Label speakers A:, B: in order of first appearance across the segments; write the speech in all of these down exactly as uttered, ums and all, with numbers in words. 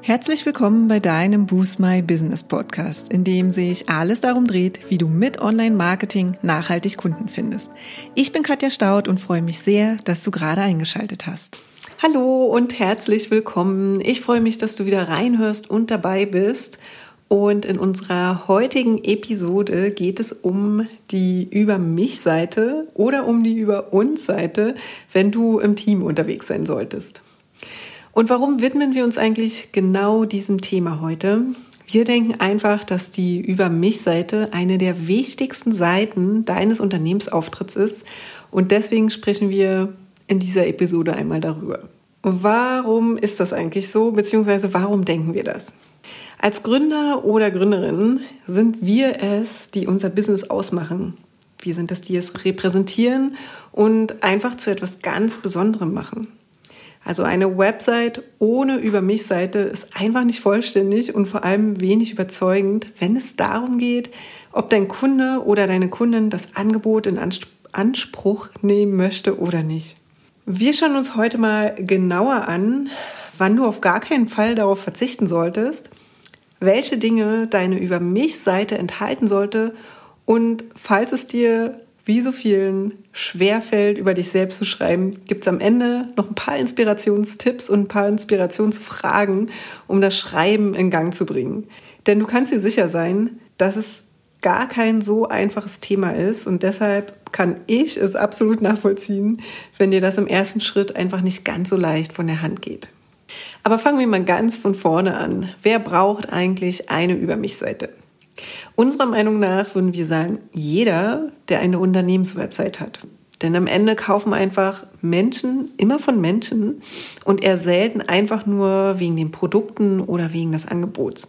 A: Herzlich willkommen bei deinem Boost My Business Podcast, in dem sich alles darum dreht, wie du mit Online-Marketing nachhaltig Kunden findest. Ich bin Katja Staud und freue mich sehr, dass du gerade eingeschaltet hast.
B: Hallo und herzlich willkommen. Ich freue mich, dass du wieder reinhörst und dabei bist. Und in unserer heutigen Episode geht es um die Über-mich-Seite oder um die Über-uns-Seite, wenn du im Team unterwegs sein solltest. Und warum widmen wir uns eigentlich genau diesem Thema heute? Wir denken einfach, dass die Über-mich-Seite eine der wichtigsten Seiten deines Unternehmensauftritts ist. Und deswegen sprechen wir in dieser Episode einmal darüber. Warum ist das eigentlich so, beziehungsweise warum denken wir das? Als Gründer oder Gründerin sind wir es, die unser Business ausmachen. Wir sind es, die es repräsentieren und einfach zu etwas ganz Besonderem machen. Also eine Website ohne Über-mich-Seite ist einfach nicht vollständig und vor allem wenig überzeugend, wenn es darum geht, ob dein Kunde oder deine Kundin das Angebot in Anspruch nehmen möchte oder nicht. Wir schauen uns heute mal genauer an, wann du auf gar keinen Fall darauf verzichten solltest, welche Dinge deine Über-mich-Seite enthalten sollte und falls es dir wie so vielen schwerfällt, über dich selbst zu schreiben, gibt es am Ende noch ein paar Inspirationstipps und ein paar Inspirationsfragen, um das Schreiben in Gang zu bringen. Denn du kannst dir sicher sein, dass es gar kein so einfaches Thema ist und deshalb kann ich es absolut nachvollziehen, wenn dir das im ersten Schritt einfach nicht ganz so leicht von der Hand geht. Aber fangen wir mal ganz von vorne an. Wer braucht eigentlich eine Über-mich-Seite? Unserer Meinung nach würden wir sagen, jeder, der eine Unternehmenswebsite hat. Denn am Ende kaufen einfach Menschen immer von Menschen und eher selten einfach nur wegen den Produkten oder wegen des Angebots.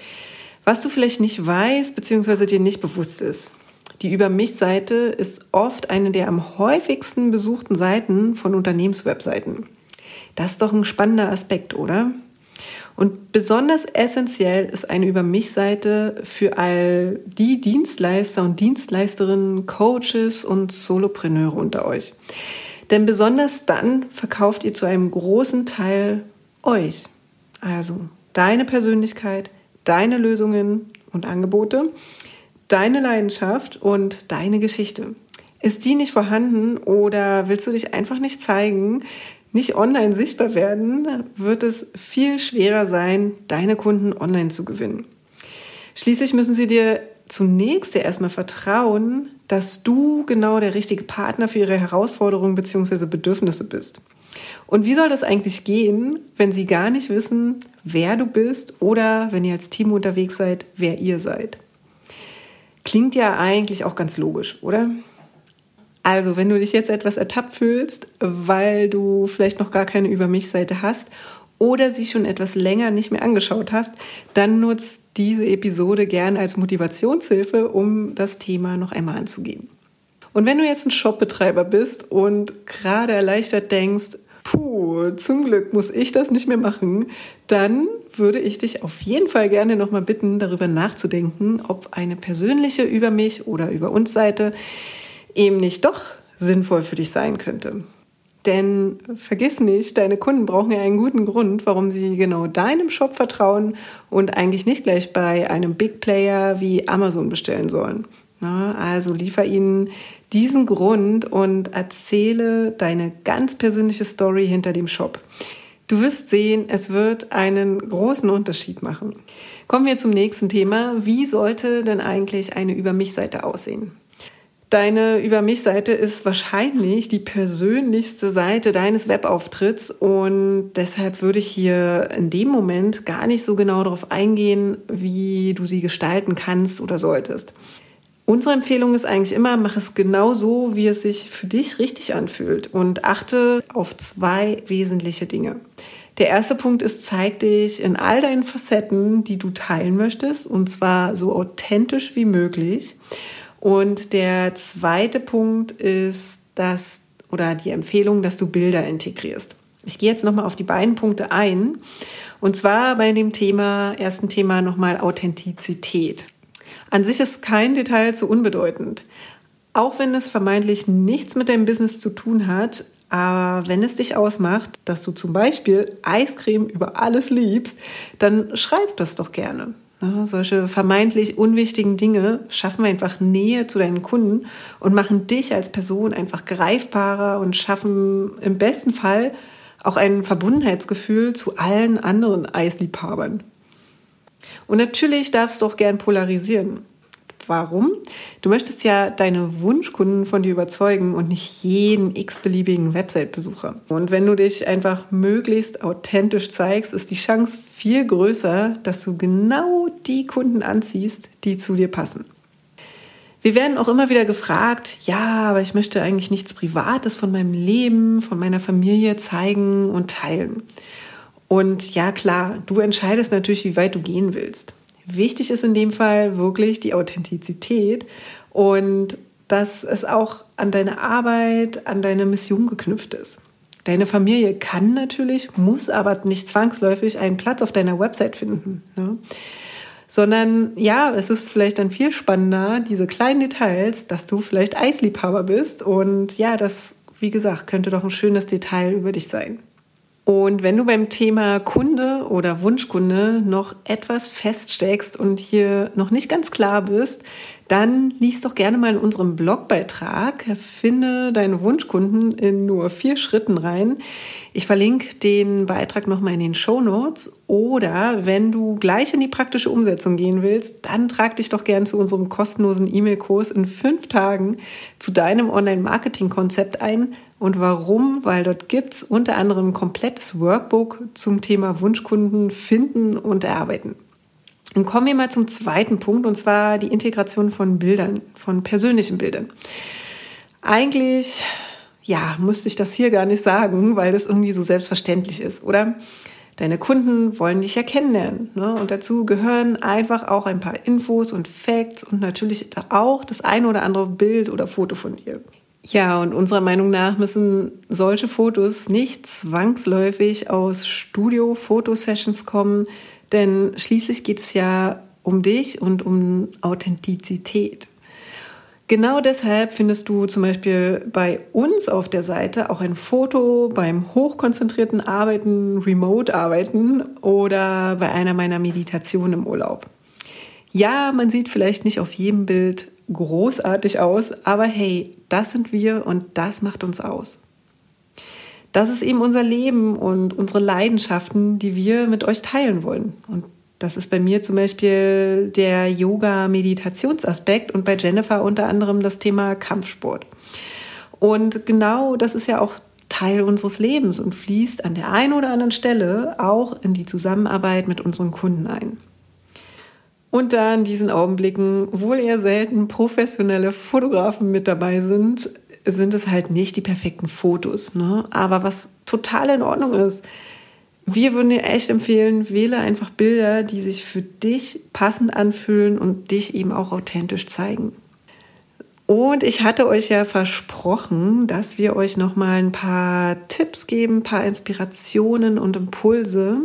B: Was du vielleicht nicht weißt bzw. dir nicht bewusst ist, die Über-mich-Seite ist oft eine der am häufigsten besuchten Seiten von Unternehmenswebseiten. Das ist doch ein spannender Aspekt, oder? Und besonders essentiell ist eine Über-mich-Seite für all die Dienstleister und Dienstleisterinnen, Coaches und Solopreneure unter euch. Denn besonders dann verkauft ihr zu einem großen Teil euch. Also deine Persönlichkeit, deine Lösungen und Angebote, deine Leidenschaft und deine Geschichte. Ist die nicht vorhanden oder willst du dich einfach nicht zeigen, nicht online sichtbar werden, wird es viel schwerer sein, deine Kunden online zu gewinnen. Schließlich müssen sie dir zunächst ja erstmal vertrauen, dass du genau der richtige Partner für ihre Herausforderungen bzw. Bedürfnisse bist. Und wie soll das eigentlich gehen, wenn sie gar nicht wissen, wer du bist oder wenn ihr als Team unterwegs seid, wer ihr seid? Klingt ja eigentlich auch ganz logisch, oder? Also, wenn du dich jetzt etwas ertappt fühlst, weil du vielleicht noch gar keine Über-mich-Seite hast oder sie schon etwas länger nicht mehr angeschaut hast, dann nutzt diese Episode gerne als Motivationshilfe, um das Thema noch einmal anzugehen. Und wenn du jetzt ein Shopbetreiber bist und gerade erleichtert denkst, puh, zum Glück muss ich das nicht mehr machen, dann würde ich dich auf jeden Fall gerne nochmal bitten, darüber nachzudenken, ob eine persönliche Über-mich- oder Über-uns-Seite eben nicht doch sinnvoll für dich sein könnte. Denn vergiss nicht, deine Kunden brauchen ja einen guten Grund, warum sie genau deinem Shop vertrauen und eigentlich nicht gleich bei einem Big Player wie Amazon bestellen sollen. Na, also liefer ihnen diesen Grund und erzähle deine ganz persönliche Story hinter dem Shop. Du wirst sehen, es wird einen großen Unterschied machen. Kommen wir zum nächsten Thema. Wie sollte denn eigentlich eine Über-mich-Seite aussehen? Deine Über-mich-Seite ist wahrscheinlich die persönlichste Seite deines Webauftritts und deshalb würde ich hier in dem Moment gar nicht so genau darauf eingehen, wie du sie gestalten kannst oder solltest. Unsere Empfehlung ist eigentlich immer, mach es genau so, wie es sich für dich richtig anfühlt und achte auf zwei wesentliche Dinge. Der erste Punkt ist, zeig dich in all deinen Facetten, die du teilen möchtest, und zwar so authentisch wie möglich. Und der zweite Punkt ist, dass, oder die Empfehlung, dass du Bilder integrierst. Ich gehe jetzt nochmal auf die beiden Punkte ein. Und zwar bei dem Thema, ersten Thema nochmal Authentizität. An sich ist kein Detail zu unbedeutend. Auch wenn es vermeintlich nichts mit deinem Business zu tun hat, Aber wenn es dich ausmacht, dass du zum Beispiel Eiscreme über alles liebst, dann schreib das doch gerne. Ja, solche vermeintlich unwichtigen Dinge schaffen einfach Nähe zu deinen Kunden und machen dich als Person einfach greifbarer und schaffen im besten Fall auch ein Verbundenheitsgefühl zu allen anderen Eisliebhabern. Und natürlich darfst du auch gern polarisieren. Warum? Du möchtest ja deine Wunschkunden von dir überzeugen und nicht jeden x-beliebigen Website-Besucher. Und wenn du dich einfach möglichst authentisch zeigst, ist die Chance viel größer, dass du genau die Kunden anziehst, die zu dir passen. Wir werden auch immer wieder gefragt, ja, aber ich möchte eigentlich nichts Privates von meinem Leben, von meiner Familie zeigen und teilen. Und ja, klar, du entscheidest natürlich, wie weit du gehen willst. Wichtig ist in dem Fall wirklich die Authentizität und dass es auch an deine Arbeit, an deine Mission geknüpft ist. Deine Familie kann natürlich, muss aber nicht zwangsläufig einen Platz auf deiner Website finden, ne? Sondern ja, es ist vielleicht dann viel spannender, diese kleinen Details, dass du vielleicht Eisliebhaber bist und ja, das, wie gesagt, könnte doch ein schönes Detail über dich sein. Und wenn du beim Thema Kunde oder Wunschkunde noch etwas feststeckst und hier noch nicht ganz klar bist, dann lies doch gerne mal in unserem Blogbeitrag, finde deine Wunschkunden in nur vier Schritten rein. Ich verlinke den Beitrag nochmal in den Shownotes oder wenn du gleich in die praktische Umsetzung gehen willst, dann trag dich doch gerne zu unserem kostenlosen E-Mail-Kurs in fünf Tagen zu deinem Online-Marketing-Konzept ein. Und warum? Weil dort gibt es unter anderem ein komplettes Workbook zum Thema Wunschkunden finden und erarbeiten. Und kommen wir mal zum zweiten Punkt, und zwar die Integration von Bildern, von persönlichen Bildern. Eigentlich, ja, müsste ich das hier gar nicht sagen, weil das irgendwie so selbstverständlich ist, oder? Deine Kunden wollen dich ja kennenlernen, ne? Und dazu gehören einfach auch ein paar Infos und Facts und natürlich auch das eine oder andere Bild oder Foto von dir. Ja, und unserer Meinung nach müssen solche Fotos nicht zwangsläufig aus Studio-Fotosessions kommen, denn schließlich geht es ja um dich und um Authentizität. Genau deshalb findest du zum Beispiel bei uns auf der Seite auch ein Foto beim hochkonzentrierten Arbeiten, Remote-Arbeiten oder bei einer meiner Meditationen im Urlaub. Ja, man sieht vielleicht nicht auf jedem Bild großartig aus, aber hey, das sind wir und das macht uns aus. Das ist eben unser Leben und unsere Leidenschaften, die wir mit euch teilen wollen. Und das ist bei mir zum Beispiel der Yoga-Meditationsaspekt und bei Jennifer unter anderem das Thema Kampfsport. Und genau das ist ja auch Teil unseres Lebens und fließt an der einen oder anderen Stelle auch in die Zusammenarbeit mit unseren Kunden ein. Und da in diesen Augenblicken wohl eher selten professionelle Fotografen mit dabei sind, sind es halt nicht die perfekten Fotos, ne? Aber was total in Ordnung ist, wir würden dir echt empfehlen, wähle einfach Bilder, die sich für dich passend anfühlen und dich eben auch authentisch zeigen. Und ich hatte euch ja versprochen, dass wir euch nochmal ein paar Tipps geben, ein paar Inspirationen und Impulse.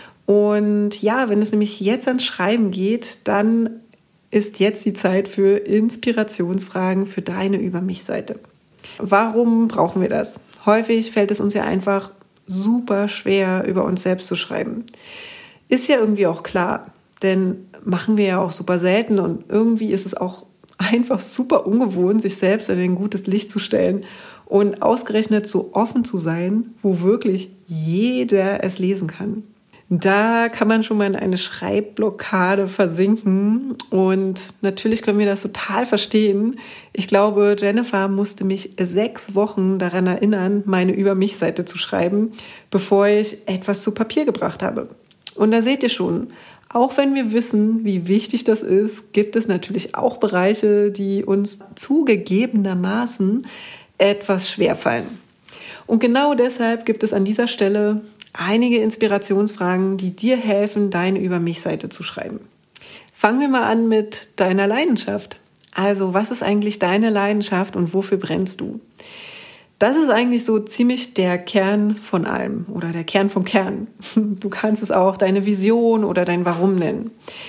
B: Und ja, wenn es nämlich jetzt ans Schreiben geht, dann ist jetzt die Zeit für Inspirationsfragen für deine Über-mich-Seite. Warum brauchen wir das? Häufig fällt es uns ja einfach super schwer, über uns selbst zu schreiben. Ist ja irgendwie auch klar, denn machen wir ja auch super selten und irgendwie ist es auch einfach super ungewohnt, sich selbst in ein gutes Licht zu stellen und ausgerechnet so offen zu sein, wo wirklich jeder es lesen kann. Da kann man schon mal in eine Schreibblockade versinken und natürlich können wir das total verstehen. Ich glaube, Jennifer musste mich sechs Wochen daran erinnern, meine Über-mich-Seite zu schreiben, bevor ich etwas zu Papier gebracht habe. Und da seht ihr schon, auch wenn wir wissen, wie wichtig das ist, gibt es natürlich auch Bereiche, die uns zugegebenermaßen etwas schwerfallen. Und genau deshalb gibt es an dieser Stelle einige Inspirationsfragen, die dir helfen, deine Über-mich-Seite zu schreiben. Fangen wir mal an mit deiner Leidenschaft. Also, was ist eigentlich deine Leidenschaft und wofür brennst du? Das ist eigentlich so ziemlich der Kern von allem oder der Kern vom Kern. Du kannst es auch deine Vision oder dein Warum nennen.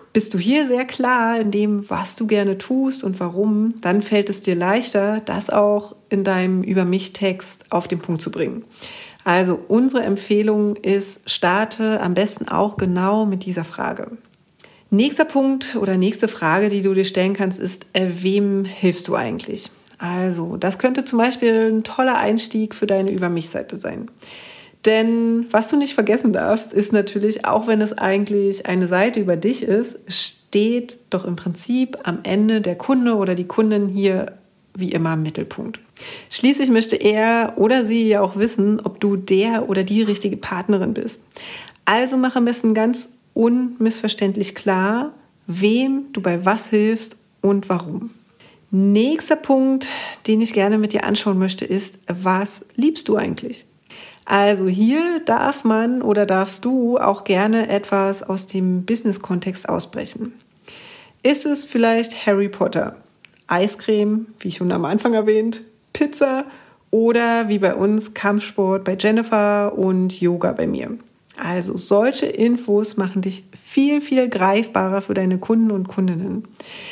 B: Bist du hier sehr klar in dem, was du gerne tust und warum, dann fällt es dir leichter, das auch in deinem Über-mich-Text auf den Punkt zu bringen. Also unsere Empfehlung ist, starte am besten auch genau mit dieser Frage. Nächster Punkt oder nächste Frage, die du dir stellen kannst, ist, äh, wem hilfst du eigentlich? Also das könnte zum Beispiel ein toller Einstieg für deine Über-mich-Seite sein. Denn was du nicht vergessen darfst, ist natürlich, auch wenn es eigentlich eine Seite über dich ist, steht doch im Prinzip am Ende der Kunde oder die Kundin hier wie immer im Mittelpunkt. Schließlich möchte er oder sie ja auch wissen, ob du der oder die richtige Partnerin bist. Also mach am besten ganz unmissverständlich klar, wem du bei was hilfst und warum. Nächster Punkt, den ich gerne mit dir anschauen möchte, ist, was liebst du eigentlich? Also hier darf man oder darfst du auch gerne etwas aus dem Business-Kontext ausbrechen. Ist es vielleicht Harry Potter, Eiscreme, wie schon am Anfang erwähnt, Pizza oder wie bei uns Kampfsport bei Jennifer und Yoga bei mir? Also solche Infos machen dich viel, viel greifbarer für deine Kunden und Kundinnen.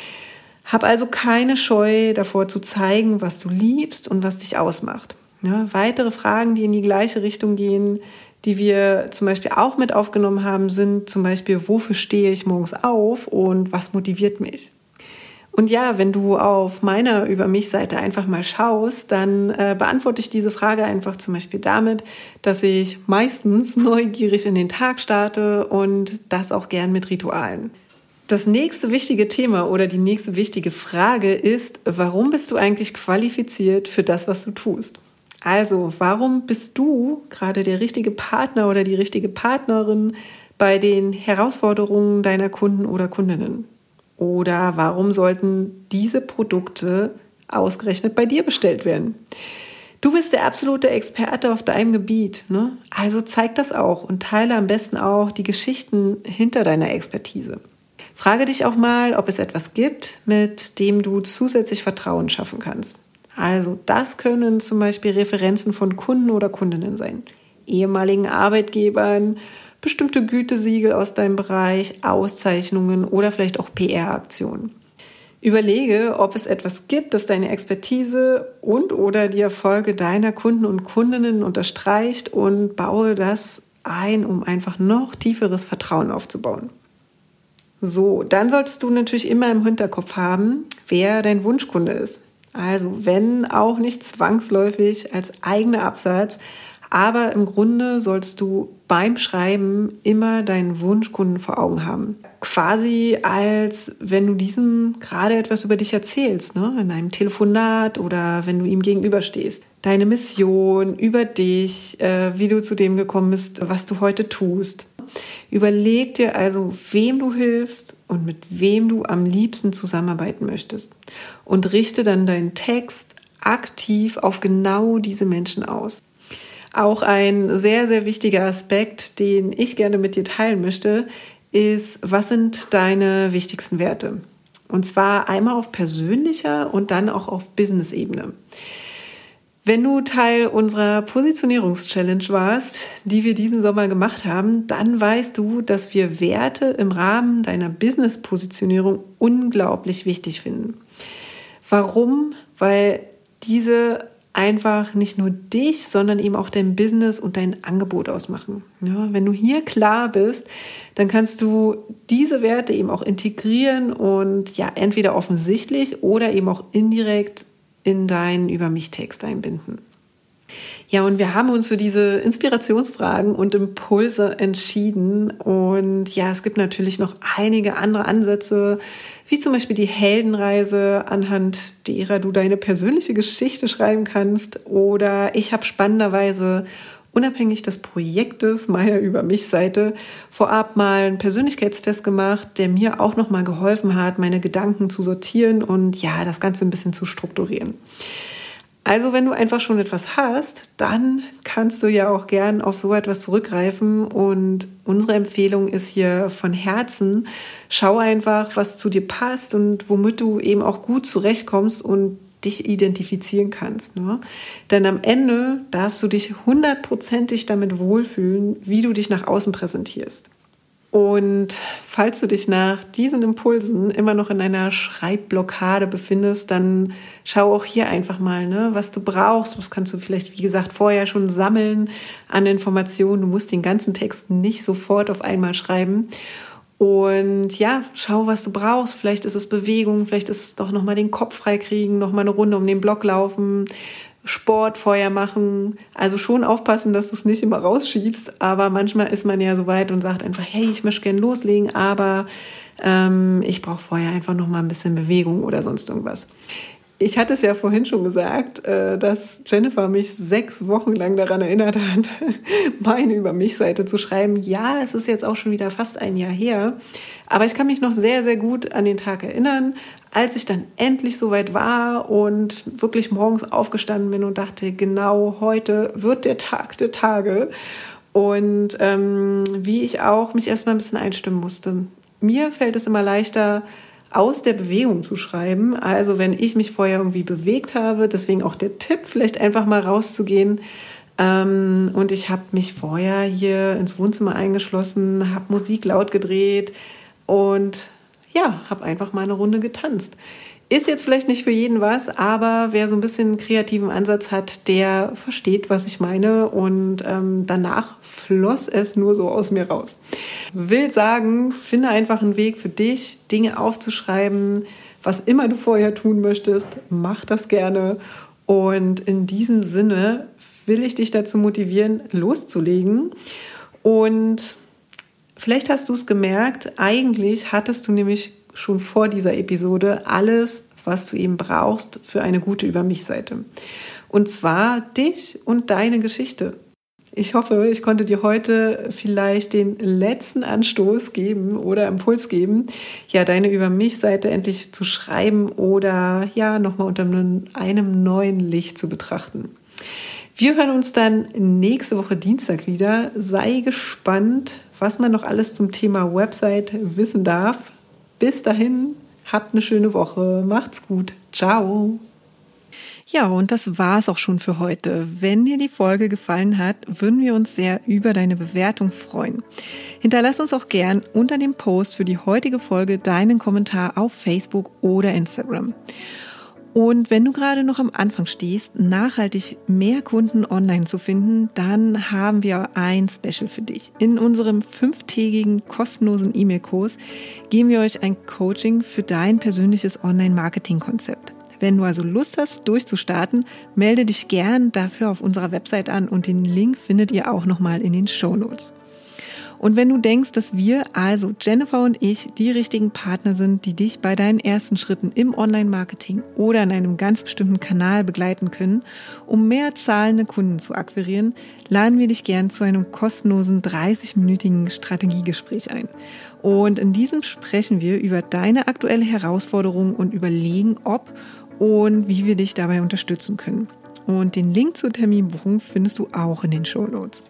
B: Hab also keine Scheu davor zu zeigen, was du liebst und was dich ausmacht. Ja, weitere Fragen, die in die gleiche Richtung gehen, die wir zum Beispiel auch mit aufgenommen haben, sind zum Beispiel, wofür stehe ich morgens auf und was motiviert mich? Und ja, wenn du auf meiner Über-mich-Seite einfach mal schaust, dann äh, beantworte ich diese Frage einfach zum Beispiel damit, dass ich meistens neugierig in den Tag starte und das auch gern mit Ritualen. Das nächste wichtige Thema oder die nächste wichtige Frage ist, warum bist du eigentlich qualifiziert für das, was du tust? Also, warum bist du gerade der richtige Partner oder die richtige Partnerin bei den Herausforderungen deiner Kunden oder Kundinnen? Oder warum sollten diese Produkte ausgerechnet bei dir bestellt werden? Du bist der absolute Experte auf deinem Gebiet, ne? Also zeig das auch und teile am besten auch die Geschichten hinter deiner Expertise. Frage dich auch mal, ob es etwas gibt, mit dem du zusätzlich Vertrauen schaffen kannst. Also das können zum Beispiel Referenzen von Kunden oder Kundinnen sein, ehemaligen Arbeitgebern, bestimmte Gütesiegel aus deinem Bereich, Auszeichnungen oder vielleicht auch P R-Aktionen. Überlege, ob es etwas gibt, das deine Expertise und oder die Erfolge deiner Kunden und Kundinnen unterstreicht und baue das ein, um einfach noch tieferes Vertrauen aufzubauen. So, dann solltest du natürlich immer im Hinterkopf haben, wer dein Wunschkunde ist. Also wenn auch nicht zwangsläufig als eigener Absatz, aber im Grunde sollst du beim Schreiben immer deinen Wunschkunden vor Augen haben. Quasi als wenn du diesem gerade etwas über dich erzählst, ne? In einem Telefonat oder wenn du ihm gegenüberstehst. Deine Mission über dich, äh, wie du zu dem gekommen bist, was du heute tust. Überleg dir also, wem du hilfst und mit wem du am liebsten zusammenarbeiten möchtest. Und richte dann deinen Text aktiv auf genau diese Menschen aus. Auch ein sehr, sehr wichtiger Aspekt, den ich gerne mit dir teilen möchte, ist, was sind deine wichtigsten Werte? Und zwar einmal auf persönlicher und dann auch auf Business-Ebene. Wenn du Teil unserer Positionierungs-Challenge warst, die wir diesen Sommer gemacht haben, dann weißt du, dass wir Werte im Rahmen deiner Business-Positionierung unglaublich wichtig finden. Warum? Weil diese einfach nicht nur dich, sondern eben auch dein Business und dein Angebot ausmachen. Ja, wenn du hier klar bist, dann kannst du diese Werte eben auch integrieren und ja, entweder offensichtlich oder eben auch indirekt in deinen Über-mich-Text einbinden. Ja, und wir haben uns für diese Inspirationsfragen und Impulse entschieden. Und ja, es gibt natürlich noch einige andere Ansätze, wie zum Beispiel die Heldenreise, anhand derer du deine persönliche Geschichte schreiben kannst. Oder ich habe spannenderweise, unabhängig des Projektes meiner Über-mich-Seite, vorab mal einen Persönlichkeitstest gemacht, der mir auch nochmal geholfen hat, meine Gedanken zu sortieren und ja, das Ganze ein bisschen zu strukturieren. Also wenn du einfach schon etwas hast, dann kannst du ja auch gern auf so etwas zurückgreifen und unsere Empfehlung ist hier von Herzen, schau einfach, was zu dir passt und womit du eben auch gut zurechtkommst und dich identifizieren kannst. Ne? Denn am Ende darfst du dich hundertprozentig damit wohlfühlen, wie du dich nach außen präsentierst. Und falls du dich nach diesen Impulsen immer noch in einer Schreibblockade befindest, dann schau auch hier einfach mal, ne, was du brauchst. Was kannst du vielleicht, wie gesagt, vorher schon sammeln an Informationen. Du musst den ganzen Text nicht sofort auf einmal schreiben. Und ja, schau, was du brauchst. Vielleicht ist es Bewegung, vielleicht ist es doch nochmal den Kopf freikriegen, nochmal eine Runde um den Block laufen, Sport vorher machen. Also schon aufpassen, dass du es nicht immer rausschiebst. Aber manchmal ist man ja so weit und sagt einfach, hey, ich möchte gerne loslegen, aber ähm, ich brauche vorher einfach noch mal ein bisschen Bewegung oder sonst irgendwas. Ich hatte es ja vorhin schon gesagt, äh, dass Jennifer mich sechs Wochen lang daran erinnert hat, meine Über-mich-Seite zu schreiben. Ja, es ist jetzt auch schon wieder fast ein Jahr her, aber ich kann mich noch sehr, sehr gut an den Tag erinnern, als ich dann endlich soweit war und wirklich morgens aufgestanden bin und dachte, genau heute wird der Tag der Tage. Und ähm, wie ich auch mich erstmal ein bisschen einstimmen musste. Mir fällt es immer leichter, aus der Bewegung zu schreiben. Also wenn ich mich vorher irgendwie bewegt habe, deswegen auch der Tipp, vielleicht einfach mal rauszugehen. Ähm, und ich habe mich vorher hier ins Wohnzimmer eingeschlossen, habe Musik laut gedreht und ja, habe einfach mal eine Runde getanzt. Ist jetzt vielleicht nicht für jeden was, aber wer so ein bisschen einen kreativen Ansatz hat, der versteht, was ich meine. Und ähm, danach floss es nur so aus mir raus. Will sagen, finde einfach einen Weg für dich, Dinge aufzuschreiben, was immer du vorher tun möchtest, mach das gerne. Und in diesem Sinne will ich dich dazu motivieren, loszulegen. Und vielleicht hast du es gemerkt, eigentlich hattest du nämlich schon vor dieser Episode alles, was du eben brauchst für eine gute Über-mich-Seite. Und zwar dich und deine Geschichte. Ich hoffe, ich konnte dir heute vielleicht den letzten Anstoß geben oder Impuls geben, ja, deine Über-mich-Seite endlich zu schreiben oder ja, nochmal unter einem neuen Licht zu betrachten. Wir hören uns dann nächste Woche Dienstag wieder. Sei gespannt, was man noch alles zum Thema Website wissen darf. Bis dahin, habt eine schöne Woche. Macht's gut. Ciao.
A: Ja, und das war's auch schon für heute. Wenn dir die Folge gefallen hat, würden wir uns sehr über deine Bewertung freuen. Hinterlass uns auch gern unter dem Post für die heutige Folge deinen Kommentar auf Facebook oder Instagram. Und wenn du gerade noch am Anfang stehst, nachhaltig mehr Kunden online zu finden, dann haben wir ein Special für dich. In unserem fünftägigen kostenlosen E-Mail-Kurs geben wir euch ein Coaching für dein persönliches Online-Marketing-Konzept. Wenn du also Lust hast, durchzustarten, melde dich gern dafür auf unserer Website an und den Link findet ihr auch nochmal in den Shownotes. Und wenn du denkst, dass wir, also Jennifer und ich, die richtigen Partner sind, die dich bei deinen ersten Schritten im Online-Marketing oder in einem ganz bestimmten Kanal begleiten können, um mehr zahlende Kunden zu akquirieren, laden wir dich gern zu einem kostenlosen dreißig-minütigen Strategiegespräch ein. Und in diesem sprechen wir über deine aktuelle Herausforderung und überlegen, ob und wie wir dich dabei unterstützen können. Und den Link zur Terminbuchung findest du auch in den Shownotes.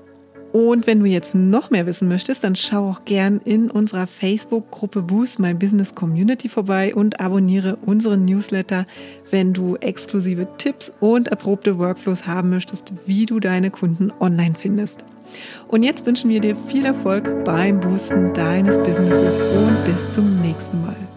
A: Und wenn du jetzt noch mehr wissen möchtest, dann schau auch gern in unserer Facebook-Gruppe Boost My Business Community vorbei und abonniere unseren Newsletter, wenn du exklusive Tipps und erprobte Workflows haben möchtest, wie du deine Kunden online findest. Und jetzt wünschen wir dir viel Erfolg beim Boosten deines Businesses und bis zum nächsten Mal.